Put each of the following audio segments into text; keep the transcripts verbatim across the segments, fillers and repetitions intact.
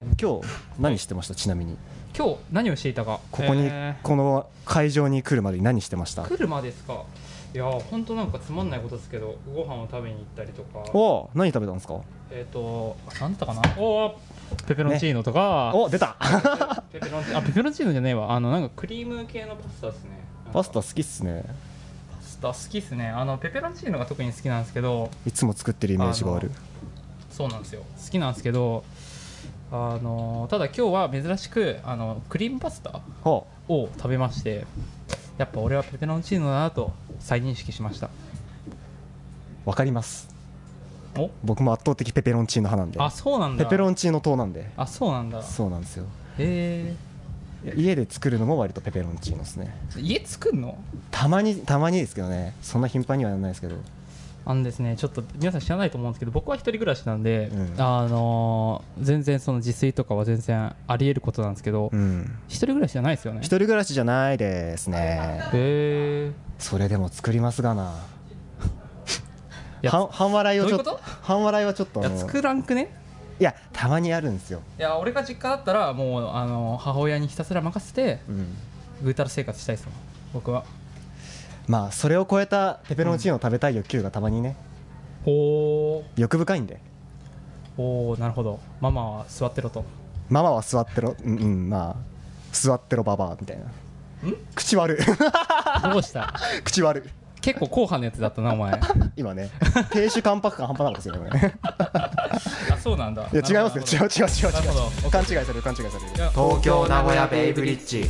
今日何してました？ちなみに今日何をしていたか。 ここに、 えこの会場に来るまでに何してました？ ー、来るまでですか。いやー本当なんかつまんないことですけど、ご飯を食べに行ったりとか。 お何食べたんですか？ えっ、ー、と何だったかな。おーペペロンチーノとか、 ね、お出たペペロンあペペロンチーノじゃねえわ。あのなんかクリーム系のパスタですね。 パスタ好きっすね。 パスタ好きっすね。あのペペロンチーノが特に好きなんですけど、 いつも作ってるイメージがある。 そうなんですよ、好きなんですけど、あのただ今日は珍しくあのクリームパスタを食べまして、やっぱ俺はペペロンチーノだなと再認識しました。 わかります。 お僕も圧倒的ペペロンチーノ派なんで。 あ、そうなんだ。 ペペロンチーノ党なんで。 あ、そうなんだ。 そうなんですよ。 へえ。家で作るのも割とペペロンチーノですね。 家作るの？ たまにたまにですけどね。そんな頻繁にはやらないですけど。 あのですね、ちょっと皆さん知らないと思うんですけど、僕は一人暮らしなんで、 うん、 あのー、全然その自炊とかは全然ありえることなんですけど、うん、一人暮らしじゃないですよね。 一人暮らしじゃないですね。 へー。 それでも作りますがな。半半笑いをちょっと半笑いはちょっといや作らんくね。 いやたまにあるんですよ。 いや俺が実家だったらもうあの母親にひたすら任せて、うん、ぐうたら生活したいですもん僕は。 まあそれを超えたペペロンチーノを食べたい欲求がたまにね、うん、ほー欲深いんで。 おおなるほど。ママは座ってろと。 ママは座ってろ、うん、うん、まあ座ってろババアみたいな。ん口悪どうした口悪結構硬派なやつだったなお前今ね亭主関白感半端なかったですよねあ、そうなんだ。 いや違いますよ、違う違う違う違う、勘違いされる勘違いされる。 東京名古屋ベイブリッジ。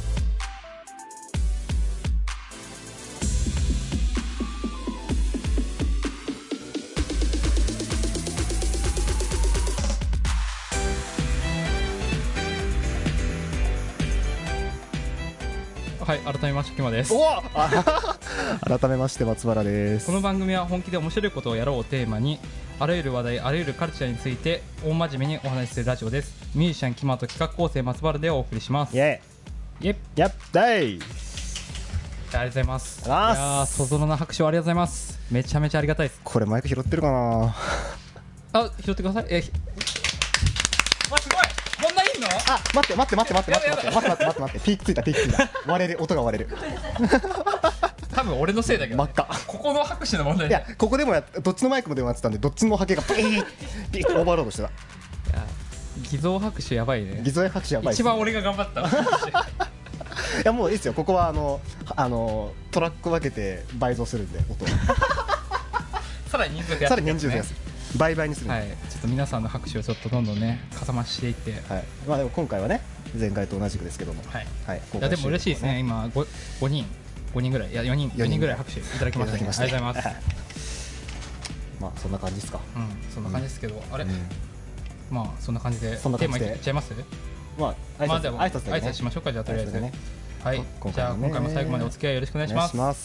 はい、改めましてキマです。 お改めまして松原です。 この番組は本気で面白いことをやろうをテーマに、あらゆる話題あらゆるカルチャーについて大真面目にお話しするラジオです。ミュージシャンキマと企画構成松原でお送りします。 イエイエッやっだい。 ありがとうございます。いやそぞろな拍手をありがとうございます。めちゃめちゃありがたいです。 これマイク拾ってるかなあ、拾ってください。えあ、すごい。こんないいの？ あ、待って待って待って待って待って待って待って待って待って待ってピッついたピッついた割れる音が割れる多分俺のせいだけど、ね、 真っ赤。 ここの拍手の問題。 いやここでもやどっちのマイクもでもやってたんでどっちの波形がピーピーオーバーロードしてた。いや偽造拍手やばいね。 偽造拍手やばい、ね、 一番俺が頑張ったいやもういいですよ。ここはあのあのトラック分けて倍増するんで音さらに人数増やす、ね、 さらに人数増やす倍々にするんで、 はい、ちょっと皆さんの拍手をちょっとどんどんねかさ増ししていって、 はい、まあでも今回はね前回と同じくですけども、 はい、 はい、 いやでも嬉しいですね。今 5, 5人ごにんぐらい、いやよにんよにんぐらい拍手いただきましたね。ありがとうございます。 まあそんな感じですか。 うん、そんな感じですけど、うん、あれ、うん、まあそんな感じでテーマいっちゃいます。 まあ挨拶挨拶、ね、挨拶しましょうか。じゃあとりあえずね、はい、じゃあ今回も最後までお付き合いよろしくお願いします。 お願いします。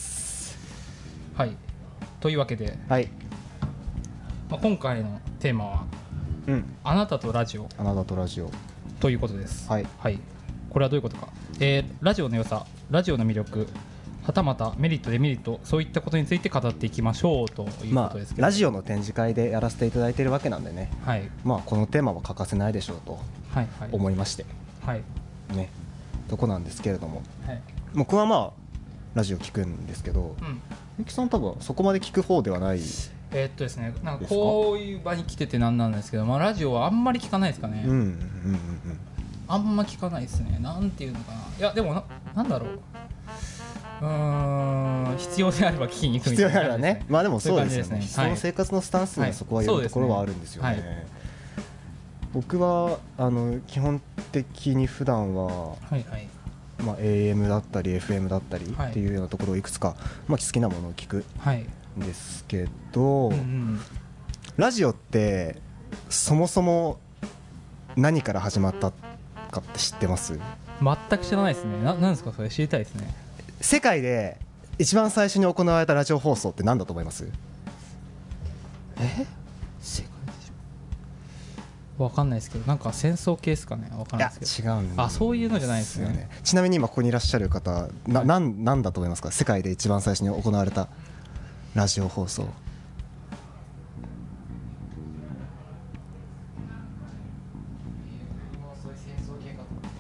はい、というわけで、 はい、 まあ、今回のテーマは、うん、あなたとラジオあなたとラジオということです。 はい、 はい、これはどういうことか、えー、ラジオの良さ、ラジオの魅力、はたまたメリットデメリット、そういったことについて語っていきましょうということですけど、まあ、 ラジオの展示会でやらせていただいているわけなんでね、 はい、 まあ、このテーマは欠かせないでしょうと思いまして、 はいはい、 ね、とこなんですけれども、 はい、 僕はまあラジオ聞くんですけど、ゆきさん多分そこまで聞く方ではない。 えー、っとですね、なんかこういう場に来ててなんなんですけど、まあ、ラジオはあんまり聞かないですかね。 うんうんうんうん、 あんま聞かないですね。なんていうのかな、いやでも な, なんだろううーん必要であれば聞きに行くみたいな、ね、 必要であればね。まあでもそうですよね。 人の生活のスタンスにそこはよるところはあるんですよね。はいはい、僕はあの基本的に普段は、はいはい、まあ、エーエム だったり エフエム だったりっていうようなところをいくつか、まあ、好きなものを聞くんですけど、はい、うんうん、ラジオってそもそも何から始まったかって知ってます？ 全く知らないですね。な、なんですかそれ、知りたいですね。 世界で一番最初に行われたラジオ放送って何だと思います？ え世界でしょ、わかんないですけど、なんか戦争系ですかね。わかんないですけど。 いや違うんですよね。 あ、そういうのじゃないですよね。 ちなみに今ここにいらっしゃる方、な、なん、なんだと思いますか？世界で一番最初に行われたラジオ放送。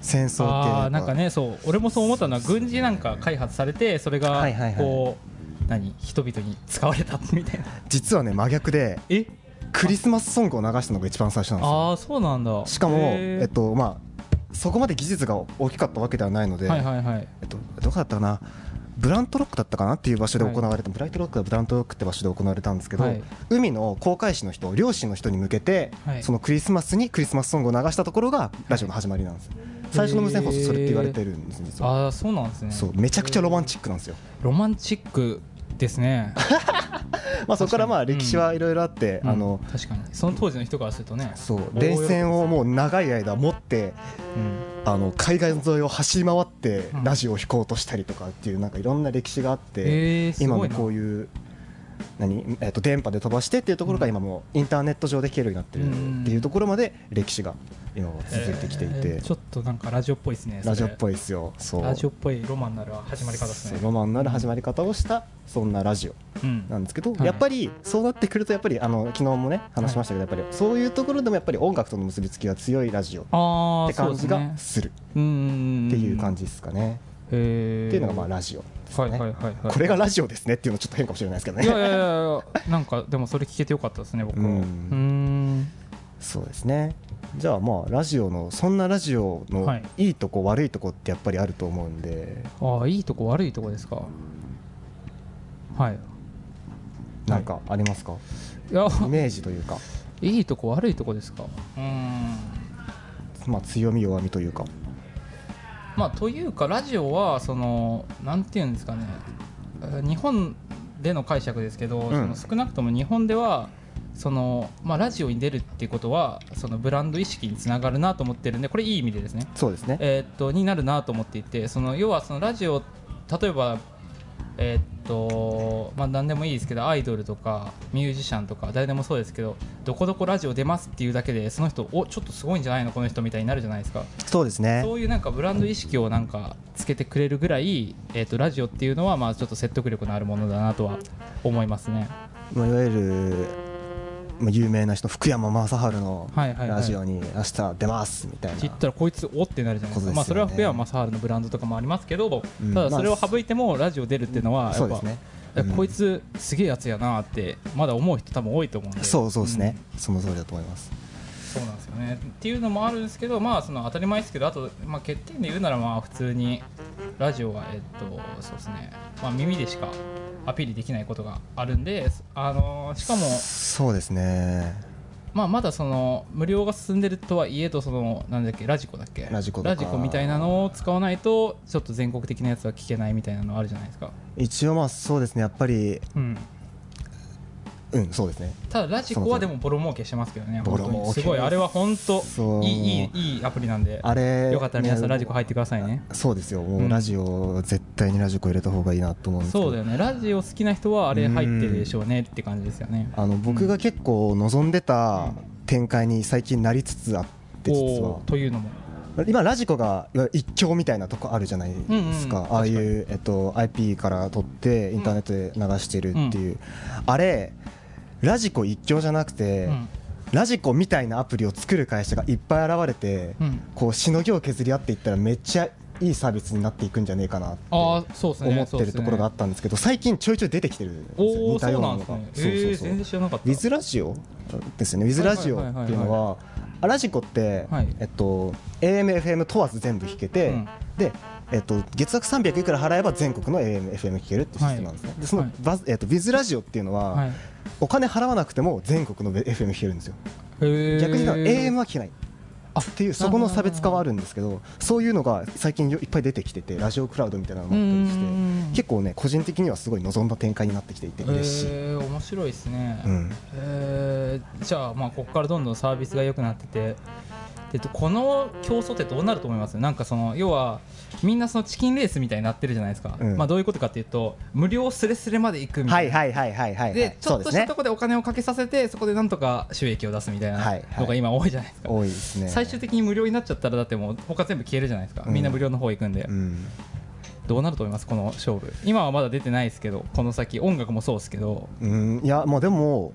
戦争系あなんかねそう俺もそう思ったのは軍事なんか開発されてそれがこう何人々に使われたみたいな実はね真逆でえクリスマスソングを流したのが一番最初なんですよ。 ああそうなんだ。 しかもえっとまあそこまで技術が大きかったわけではないので、 はいはいはい、 えっとどこだったかなブラントロックだったかなっていう場所で行われた、はい、ブライトロックはブラントロックって場所で行われたんですけど、はい、海の航海士の人漁師の人に向けて、はい、そのクリスマスにクリスマスソングを流したところがラジオの始まりなんです、はい、最初の無線放送それって言われてるんです実は。 あそうなんですね。 そうめちゃくちゃロマンチックなんですよ。 ロマンチックですねまあそこからまあ歴史はいろいろあって、 うん、 あの確かにその当時の人からするとねそう電線をもう長い間持って、うん、あの海岸沿いを走り回ってラジオを弾こうとしたりとかっていうなんかいろんな歴史があって、うん、今もこういう何、えー、と電波で飛ばしてっていうところが今もインターネット上で聞けるようになってるっていうところまで歴史が今は続いてきていて、えー、ちょっとなんかラジオっぽいですね。 ラジオっぽいですよ。そうラジオっぽいロマンのある始まり方ですね。 ロマンのある始まり方をしたそんなラジオなんですけど、うんはい、やっぱりそうなってくるとやっぱりあの昨日もね話しましたけど、やっぱりそういうところでもやっぱり音楽との結びつきが強いラジオって感じがするっていう感じですかね。っていうのがまあラジオですね。はいはいはいはい、これがラジオですねっていうのはちょっと変かもしれないですけどね。 いやいやいやなんかでもそれ聞けてよかったですね僕は。うんうんそうですね。じゃあまあラジオのそんなラジオのいいとこ悪いとこってやっぱりあると思うんで、 はい、ああいいとこ悪いとこですか。はいなんかありますか、はい、いやイメージというかいいとこ悪いとこですか。うーんまあ強み弱みというかまあというかラジオはそのなんていうんですかね日本での解釈ですけど、うん、その少なくとも日本ではそのまあ、ラジオに出るっていうことはそのブランド意識につながるなと思ってるんでこれいい意味でですね。 そうですね、 えー、っとになるなと思っていてその要はそのラジオ例えばえー、っとまあ何でもいいですけどアイドルとかミュージシャンとか誰でもそうですけどどこどこラジオ出ますっていうだけでその人おちょっとすごいんじゃないのこの人みたいになるじゃないですか。 そうですね。 そういうなんかブランド意識をなんかつけてくれるぐらい、えー、っとラジオっていうのはまあちょっと説得力のあるものだなとは思いますね。 まあ、いわゆる有名な人福山雅治のラジオに明日出ますみたいな、 はいはいはい、言ったらこいつおってなるじゃないですか。ねまあ、それは福山雅治のブランドとかもありますけど、うん、ただそれを省いてもラジオ出るっていうのはやっぱ、ねうん、こいつすげえやつやなってまだ思う人多分多いと思うんで。 そうそうですね、うん、その通りだと思います。 そうなんですよねっていうのもあるんですけど、まあ、その当たり前ですけどあと、まあ、欠点で言うならまあ普通にラジオは、えっとそうですねまあ、耳でしかアピールできないことがあるんで、あのー、しかもそうですね、 まあ、まだその無料が進んでるとはいえどそのなんだっけラジコだっけラジコラジコみたいなのを使わないとちょっと全国的なやつは聞けないみたいなのあるじゃないですか。 一応まあそうですねやっぱり、うんうんそうですね。 ただラジコはでもボロ儲けしてますけどね。ボロ儲けすごいあれは本当いいいいいいアプリなんであれよかったら皆さんラジコ入ってくださいね。 そうですよもうラジオ、うん、絶対にラジコ入れた方がいいなと思うんですけど。 そうだよねラジオ好きな人はあれ入ってるでしょうねって感じですよね。 あの僕が結構望んでた展開に最近なりつつあって実はというのも今ラジコが一強みたいなとこあるじゃないですか、うんうん、ああいう、えっと、アイピー から取ってインターネットで流してるっていう、うん、あれラジコ一強じゃなくて、うん、ラジコみたいなアプリを作る会社がいっぱい現れて、うん、こうしのぎを削り合っていったらめっちゃいいサービスになっていくんじゃねえかなって思ってるところがあったんですけど、最近ちょいちょい出てきてるんですよ似たようなのが。 全然知らなかった。 ウィズラジオですよね。ウィズラジオっていうのはラジコって、はいえっと、エーエム、エフエム 問わず全部弾けて、うん、でえっと、月額さんびゃくいくら払えば全国の エーエム、エフエム 聴けるってシステムなんですね、はい、でそのバズ、えっと、ウィズラジオっていうのは、はい、お金払わなくても全国の エフエム 聴けるんですよ。逆に言うと エーエム は聴けないっていうそこの差別化はあるんですけど、そういうのが最近いっぱい出てきててラジオクラウドみたいなのもあったりして結構ね個人的にはすごい望んだ展開になってきていて嬉しい。 えー、面白いですね、うんえー、じゃあまあここからどんどんサービスが良くなっててえっと、この競争ってどうなると思います？なんかその要はみんなそのチキンレースみたいになってるじゃないですか、うんまあ、どういうことかっていうと無料スレスレまで行くみたいなでちょっとしたところでお金をかけさせてそこでなんとか収益を出すみたいなのが今多いじゃないですか、 多いですね。 最終的に無料になっちゃったらだってもう他全部消えるじゃないですか、うん、みんな無料の方行くんで、うん、どうなると思いますこの勝負？今はまだ出てないですけどこの先音楽もそうですけど、 うん、いやまあでも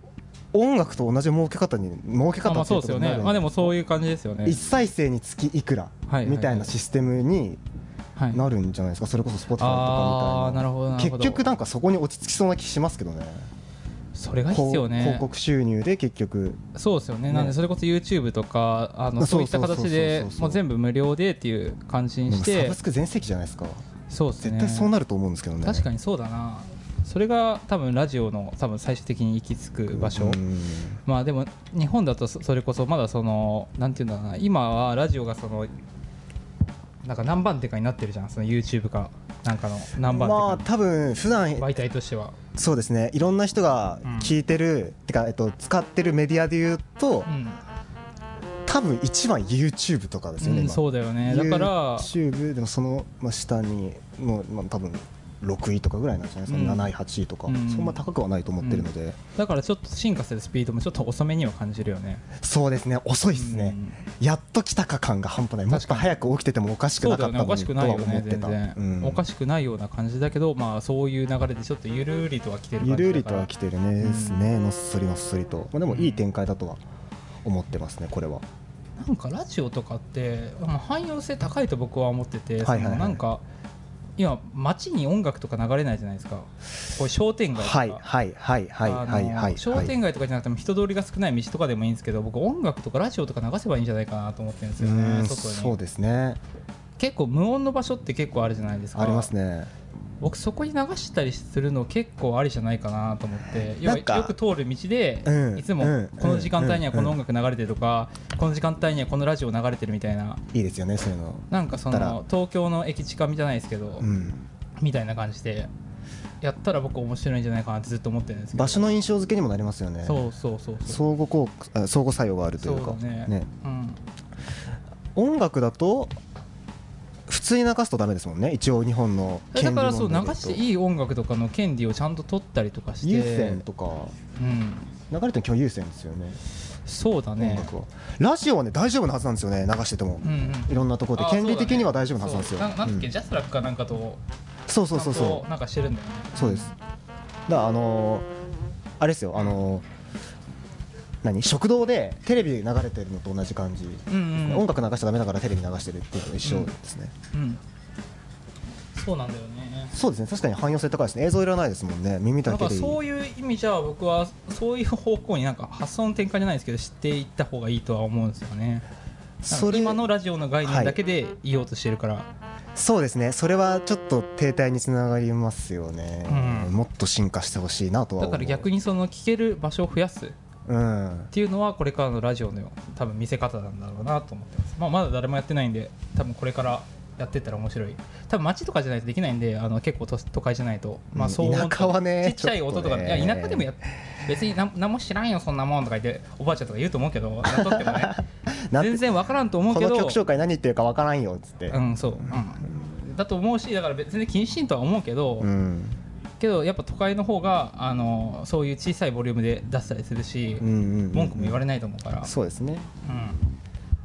音楽と同じ儲け方に儲け方っていうことになるんですか。 まあそうですよね。まあでもそういう感じですよね。 いち再生につきいくらみたいなシステムになるんじゃないですか。それこそ Spotify とかみたいな。 あー、なるほどなるほど。 結局なんかそこに落ち着きそうな気しますけどね。 それが必要ね。 広告収入で結局そうですよね。なんでそれこそ YouTube とかあのそういった形でもう全部無料でっていう感じにして。 サブスク全盛期じゃないですか。 そうですね。 絶対そうなると思うんですけどね。 確かにそうだな。それが多分ラジオの多分最終的に行き着く場所。まあでも日本だとそれこそまだそのなんていうんだろうな、今はラジオがそのなんか何番手かになってるじゃん、その YouTube かなんかの何番手か。 まあ多分普段媒体としてはそうですね。いろんな人が聞いてる、うん、てかえっと使ってるメディアで言うと、うん、多分一番 YouTube とかですよね。 うん、そうだよね。だから YouTube でもその下にもうまあ多分ろくいとかぐらいなんじゃないですか、うん、なない、はちいとか、うん、そんな高くはないと思ってるので、うん、 だからちょっと進化するスピードもちょっと遅めには感じるよね。 そうですね、遅いですね、うん、やっと来たか感が半端ない。もっと早く起きててもおかしくなかったのにとは思ってた。 おかしくないような感じだけど、まあそういう流れでちょっとゆるりとは来てる感じだから。 ゆるりとは来てるねですね、うん、のっそりのっそりと、まあ、でもいい展開だとは思ってますねこれは。 なんかラジオとかって、まあ、汎用性高いと僕は思ってて、はいはいはい、そのなんか今街に音楽とか流れないじゃないですか。こう商店街とか、 はいはいはいはいはいはい、 商店街とかじゃなくても人通りが少ない道とかでもいいんですけど、僕音楽とかラジオとか流せばいいんじゃないかなと思ってるんですよね。外にそうですね。 結構無音の場所って結構あるじゃないですか。 ありますね。 僕そこに流したりするの結構ありじゃないかなと思って、要はよく通る道で、うん、いつもこの時間帯にはこの音楽流れてるとか、うん、この時間帯にはこのラジオ流れてるみたいな。 いいですよねそういうの。 なんかその東京の駅近じゃないですけど、うん、みたいな感じでやったら僕面白いんじゃないかなってずっと思ってるんですけど、 場所の印象付けにもなりますよね。 そうそうそうそう、 相互効果、相互作用があるというか。そうだね、ね、うん、音楽だと普通に流すとダメですもんね、一応日本の権利だからそう流していい音楽とかの権利をちゃんと取ったりとかして、 有線とか、うん、流れてる基本有線ですよね。 そうだね。 ラジオはね大丈夫なはずなんですよね、流してても、うんうん、いろんなところで権利的には大丈夫なはずなんですよ。 な, なんだっけ、うん、ジャスラックかなんかとそうそうそうそうなんかしてるんだよね。 そうです。だからあのー、あれですよ、あのー、何食堂でテレビ流れてるのと同じ感じ、うんうん、音楽流しちゃダメだからテレビ流してるっていうのと一緒ですね、うんうん、 そうなんだよね。 そうですね、確かに汎用性高いですね。映像いらないですもんね、耳だけでいい。 なんかそういう意味じゃ僕はそういう方向になんか発想の転換じゃないですけど知っていった方がいいとは思うんですよね。それ今のラジオの概念だけで言おうとしてるから、はい、 そうですね、それはちょっと停滞につながりますよね、うん、もっと進化してほしいなとは思う。だから逆にその聞ける場所を増やすっていうのはこれからのラジオの多分見せ方なんだろうなと思ってます。まあ、まだ誰もやってないんで多分これからやってったら面白い。多分街とかじゃないとできないんで、あの結構都、都会じゃないと、まあ、そう田舎はねちっちゃい音とか、ね、いや田舎でもや別に何何も知らんよそんなもんとか言っておばあちゃんとか言うと思うけど、やっとってもね全然分からんと思うけど、 この曲紹介何言ってるか分からんよっつって、 うんそう、うん、だと思うし、だから別に気にしんとは思うけど、うん、けどやっぱ都会の方があのそういう小さいボリュームで出したりするし、うんうんうんうん、文句も言われないと思うから。 そうですね、うん、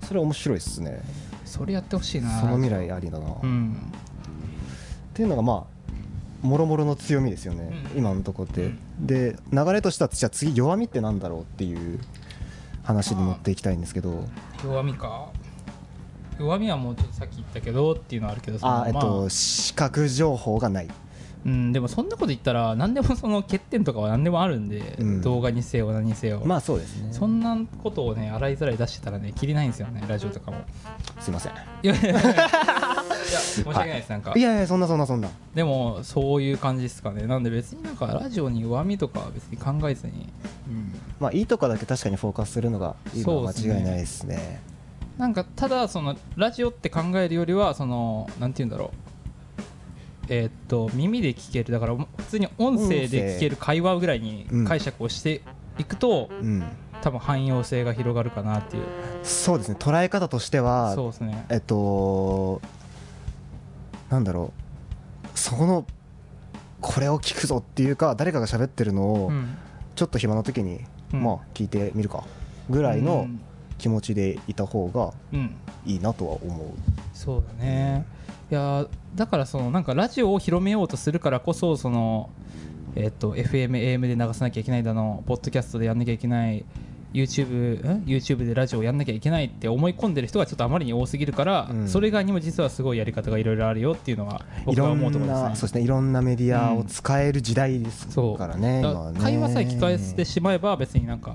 それ面白いですね。 それやってほしいな。 その未来ありだな、うん、っていうのがまあもろもろの強みですよね、うん、今のところで、うん、で流れとしてはじゃあ次弱みってなんだろうっていう話に持っていきたいんですけど。 弱みか。弱みはもうちょっとさっき言ったけどっていうのはあるけど、そのあ、えっとまあ、視覚情報がない。 うん、でもそんなこと言ったら何でもその欠点とかは何でもあるんで、うん、動画にせよ何にせよ、 まあそうですね。 そんなことをね洗いざらい出してたらねきりないんですよね、ラジオとかも。 すいません。 いやいやいやいや申し訳ないです、なんかいやいやそんなそんなそんな。 でもそういう感じですかね。なんで別になんかラジオに弱みとかは別に考えずに、 うん、まあいいとこだけ確かにフォーカスするのがいいのは間違いないですね。 なんかただそのラジオって考えるよりはそのなんて言うんだろう、えー、っと耳で聞ける、だから普通に音声で聞ける会話ぐらいに解釈をしていくと、うん、多分汎用性が広がるかなっていう。 そうですね、捉え方としてはそうですね、 えっとなんだろう、そこのこれを聞くぞっていうか誰かが喋ってるのをちょっと暇な時に、うん、まあ聞いてみるかぐらいの気持ちでいた方がいいなとは思う、うん、 そうだね。いやだからそのなんかラジオを広めようとするからこそそのえー、と エフエム、エーエム で流さなきゃいけないだの、ポッドキャストでやんなきゃいけない、YouTube、ん YouTube でラジオをやんなきゃいけないって思い込んでる人がちょっとあまりに多すぎるから、うん、それ以外にも実はすごいやり方がいろいろあるよっていうのは僕は思うところですね。 そうですね、いろんなメディアを使える時代ですからね、 うん、今はね。会話さえ聞かせてしまえば別になんか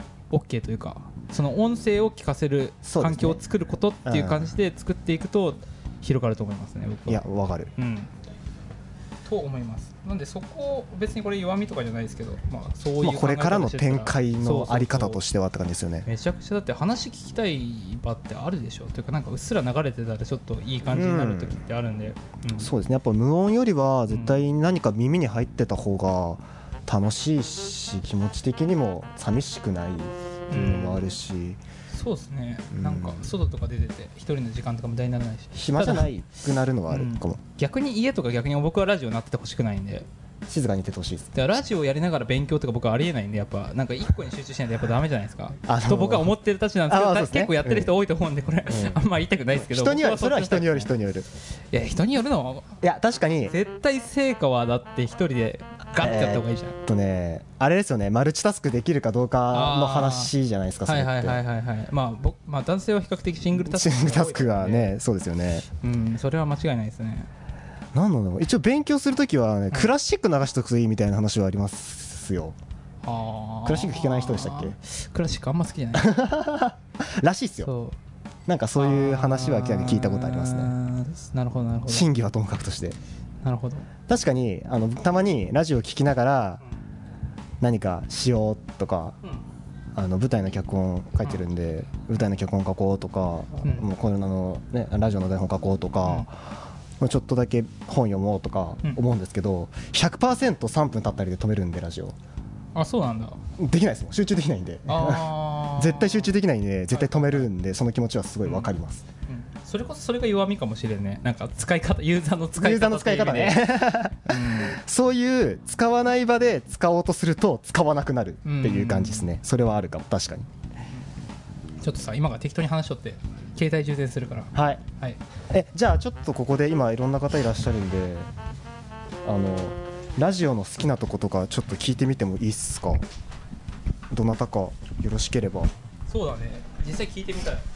OK というか、その音声を聞かせる環境を作ることっていう感じで作っていくと広がると思いますね、僕は。 いや、わかる、 うん、と思います。なんでそこ別にこれ弱みとかじゃないですけど、まあ、そういう考え方をしてるから、 これからの展開のあり方としてはって感じですよね。 めちゃくちゃだって話聞きたい場ってあるでしょというか、なんかうっすら流れてたらちょっといい感じになる時ってあるんで、 うんうん、そうですね、やっぱ無音よりは絶対何か耳に入ってた方が楽しいし、気持ち的にも寂しくないっていうのもあるし、うん、 そうですね、うん、なんか外とか出てて一人の時間とか無駄にならないし、 暇じゃないくなるのはあるかも、うん、 逆に家とか逆に僕はラジオになっててほしくないんで、 静かにいてほしいです。 だからラジオをやりながら勉強とか僕はありえないんで、やっぱなんか一個に集中しないとやっぱダメじゃないですかと僕は思ってるたちなんですけど、ね、結構やってる人多いと思うんでこれ、うん、あんま言いたくないですけど、 人による、それは人による人による。 いや人によるの、 いや確かに絶対成果はだって一人でガッてやった方がいいじゃん。えー、っとねあれですよね、マルチタスクできるかどうかの話じゃないですか。 はいはいはいはいはい。まあ僕まあ男性は比較的シングルタスク、 シングルタスクがね、そうですよね。 うん、それは間違いないですね。 なんだろう、一応勉強するときは、ね、クラシック流しておくといいみたいな話はありますよ。あ、クラシック聴けない人でしたっけ？ クラシックあんま好きじゃないらしいっすよ。なんかそういう話は聞いたことありますね。 なるほどなるほど。 真偽はともかくとして。 なるほど。 確かにあのたまにラジオを聞きながら何かしようとか、うん、あの舞台の脚本書いてるんで、うん、舞台の脚本書こうとか、うん、もうこれの、ね、ラジオの台本書こうとか、うん、ちょっとだけ本読もうとか思うんですけど、うん、ひゃくパーセントさんぷん経ったりで止めるんでラジオ。 あ、そうなんだ。 できないですもん、集中できないんで絶対集中できないんで絶対止めるんで、その気持ちはすごい分かります、 うんうん、それこそそれが弱みかもしれんね。なんか使い方、ユーザーの使い方、 ユーザーの使い方ね、うん、そういう使わない場で使おうとすると使わなくなるっていう感じですね、うん、それはあるかも。確かにちょっとさ、今が適当に話しとって携帯充電するから。 はい、はい、えじゃあちょっとここで今いろんな方いらっしゃるんで、あのラジオの好きなとことかちょっと聞いてみてもいいっすか？どなたかよろしければ。 そうだね、実際聞いてみたい。うん、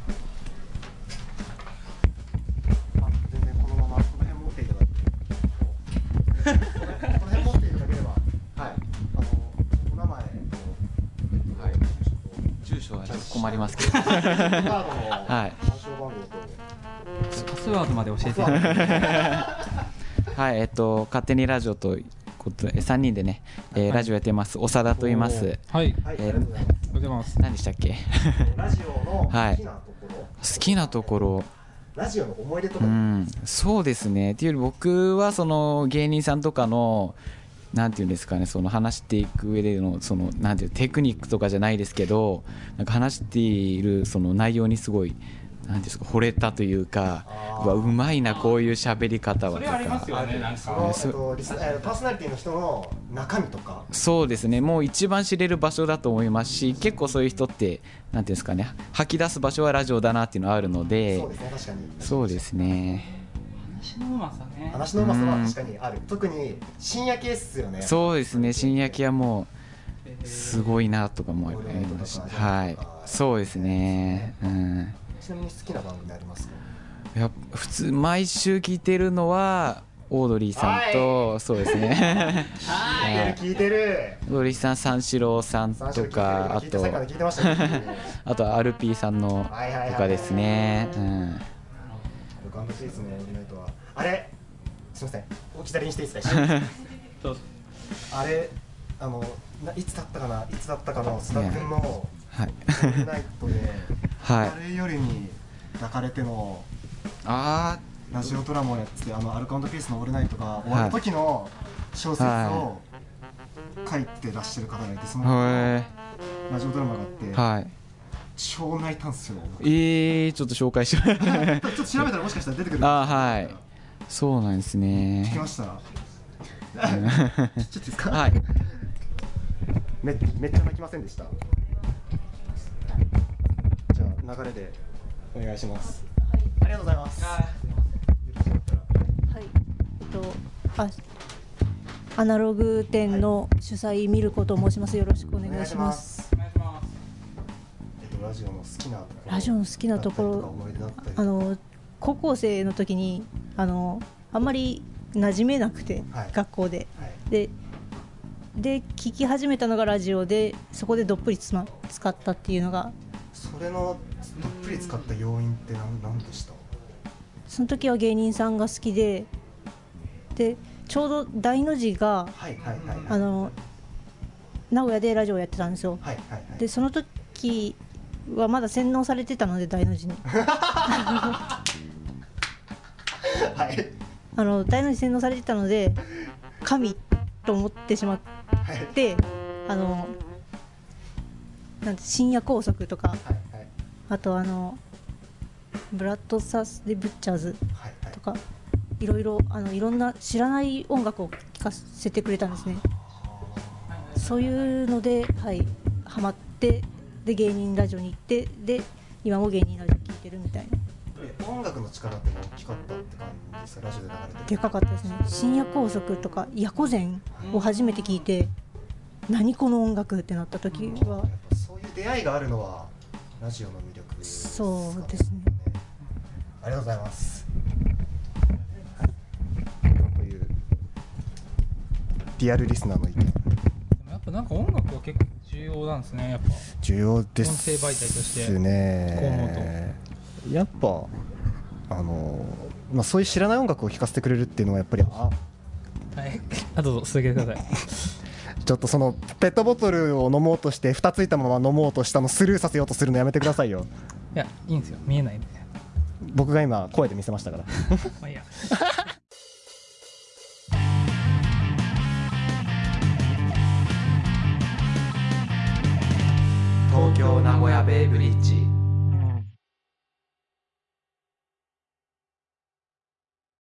あ、全然このままこの辺持っていただいてこの辺持っていただければ、はい、あのお名前と、はい、 住所はちょっと困りますけどはい、パスワードまで教えてはい、えっと勝手にラジオとさんにんでね、えー、ラジオやってます長田と言います。 はい、えー、 何でしたっけラジオの好きなところ、はい、 好きなところ、 ラジオの思い出とか、うん、そうですね。っていうより僕はその芸人さんとかのなんていうんですかね、その話していく上でのそのなんていうテクニックとかじゃないですけど、なんか話しているその内容にすごいなんですか、惚れたというか、うわうまいなこういう喋り方はとか。 それありますよね。なんかそのそのパーソナリティの人の中身とか。 そうですね、もう一番知れる場所だと思いますし、結構そういう人ってなんていうんですかね、吐き出す場所はラジオだなっていうのはあるので。 そうですね、確かに。 そうですね。 話のうまさね。 話のうまさは確かにある。特に深夜系っすよね。 そうですね、深夜系はもうすごいなとか思います。はい、そうですね。うん。 ちなみに好きな番組ありますか？ いや普通毎週聞いてるのはオードリーさんと、はい、そうですねはい、聞いてるオードリーさん、三四郎さんとか、あとあとアルピーさんのとかですね。 あれすみません、置き去りにしていいですか？あれあのいつだったかないつだったかの須田君のはい、 オールナイトで、はい、誰よりに抱かれてのあラジオドラマをやってて、あのアルコ&ピースのオールナイトが終わる時の小説を書いてらっしゃる方がいて、そのラジオドラマがあって、はい、超泣いたんですよ。 えー、ちょっと紹介しちょっと調べたらもしかしたら出てくる。 あ、はい、そうなんですね。 聞きました。ちょっといいですか？はい。めめっちゃ泣きませんでした？じゃあ流れでお願いします。はい、ありがとうございます。はい、 えっとあアナログ展の主催ミルコと申します。よろしくお願いします。 ラジオの好きなところ、 ラジオの好きなところ、あの高校生の時にあのあんまり馴染めなくて、はい、学校で、はい、でで聞き始めたのがラジオで、そこでどっぷりつ、ま、使ったっていうのが。 それのどっぷり使った要因って何、何でした？ その時は芸人さんが好きで、でちょうど大の字が、はいはいはいはい、あの名古屋でラジオをやってたんですよ、はいはいはい、でその時はまだ洗脳されてたので、大の字にはい、あの大の字洗脳されてたので神と思ってしまって、はい、あのなんて深夜拘束とか、はいはい、あとあのブラッドサス・デ・ブッチャーズとか、はいはい、いろいろあのいろんな知らない音楽を聴かせてくれたんですね。そういうので、はい、ハマって、で芸人ラジオに行って、で今も芸人ラジオ聴いてるみたいな。 音楽の力って大きかったって感じですか？ラジオで流れてでかかったですね。深夜拘束とかヤコゼンを初めて聞いて、何この音楽ってなった時は、うん、やっぱそういう出会いがあるのはラジオの魅力ですか？ そうですね。 ありがとうございます。というリアルリスナーの意見。 でもやっぱなんか音楽は結構重要なんですね。やっぱ重要です音声媒体としてね。こう思うとやっぱあの、まあ、そういう知らない音楽を聴かせてくれるっていうのはやっぱりあはいあどうぞ続けてくださいちょっとそのペットボトルを飲もうとして蓋ついたまま飲もうとしたのスルーさせようとするのやめてくださいよ。 いやいいんですよ、見えないんで。 僕が今声で見せましたからまあいいや東京名古屋ベイブリッジ